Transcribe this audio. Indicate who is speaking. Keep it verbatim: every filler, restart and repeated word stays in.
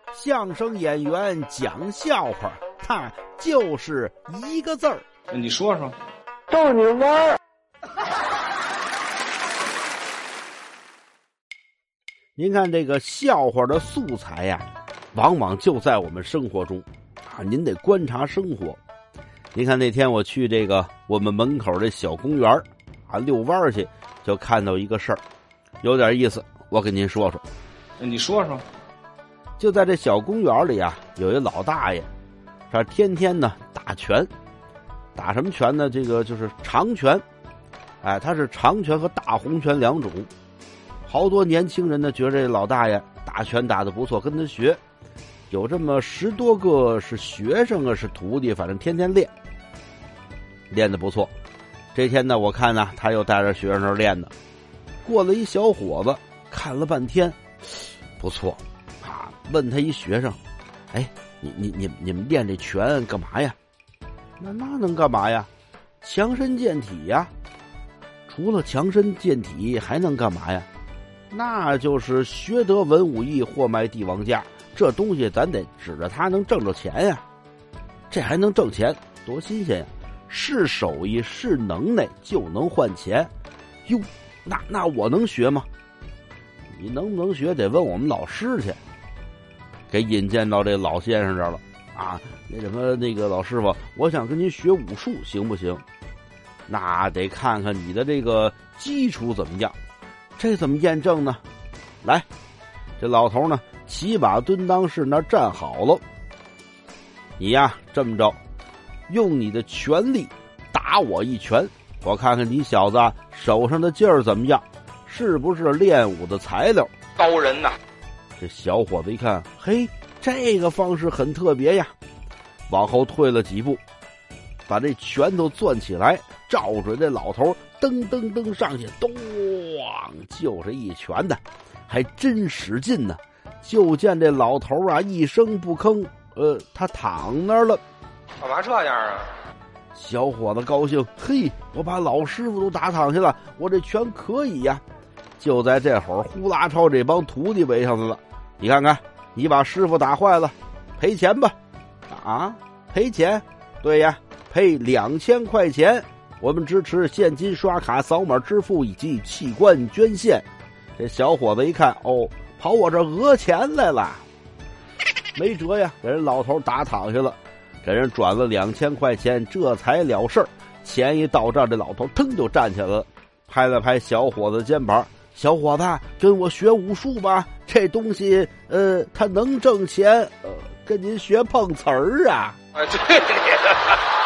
Speaker 1: 相声演员讲笑话，他就是一个字儿。
Speaker 2: 你说说，
Speaker 3: 逗你玩儿。
Speaker 1: 您看这个笑话的素材呀，往往就在我们生活中啊，您得观察生活。您看那天我去这个我们门口这小公园啊遛弯去，就看到一个事儿，有点意思，我跟您说说。
Speaker 2: 你说说。
Speaker 1: 就在这小公园里啊，有一老大爷，这天天呢打拳，打什么拳呢？这个就是长拳，哎，他是长拳和大红拳两种。好多年轻人呢觉得这老大爷打拳打得不错，跟他学。有这么十多个是学生啊，是徒弟，反正天天练，练得不错。这天呢，我看呢，他又带着学生那儿练呢。过了一小伙子，看了半天，不错啊。问他一学生，哎，你你你你们练这拳干嘛呀？那那能干嘛呀？强身健体呀。除了强身健体，还能干嘛呀？那就是学得文武艺，货卖帝王家。这东西咱得指着它能挣着钱呀。这还能挣钱，多新鲜呀！是手艺是能耐就能换钱。哟，那那我能学吗？你能不能学得问我们老师去。给引荐到这老先生这儿了啊！那什么，那个老师傅，我想跟您学武术，行不行？那得看看你的这个基础怎么样。这怎么验证呢？来，这老头呢，骑马蹲裆式那站好了。你呀，这么着，用你的全力打我一拳，我看看你小子手上的劲儿怎么样，是不是练武的材料？
Speaker 2: 高人呐！
Speaker 1: 这小伙子一看，嘿，这个方式很特别呀，往后退了几步，把这拳头攥起来，照准这老头，噔噔噔上去，咚，就是一拳的，还真使劲呢。就见这老头啊，一声不吭，呃，他躺那儿了。
Speaker 2: 干嘛这样啊？
Speaker 1: 小伙子高兴，嘿，我把老师傅都打躺下了，我这拳可以呀。就在这会儿，呼啦超这帮徒弟围上来了。你看看，你把师傅打坏了，赔钱吧。啊，赔钱？对呀，赔两千块钱。我们支持现金、刷卡、扫码支付以及器官捐献。这小伙子一看，哦，跑我这讹钱来了，没辙呀，给人老头打躺下了，给人转了两千块钱，这才了事儿。钱一到账，这老头腾就站起来了，拍了拍小伙子肩膀。小伙子，跟我学武术吧，这东西呃，它能挣钱，呃，跟您学碰瓷儿啊。
Speaker 2: 啊，对。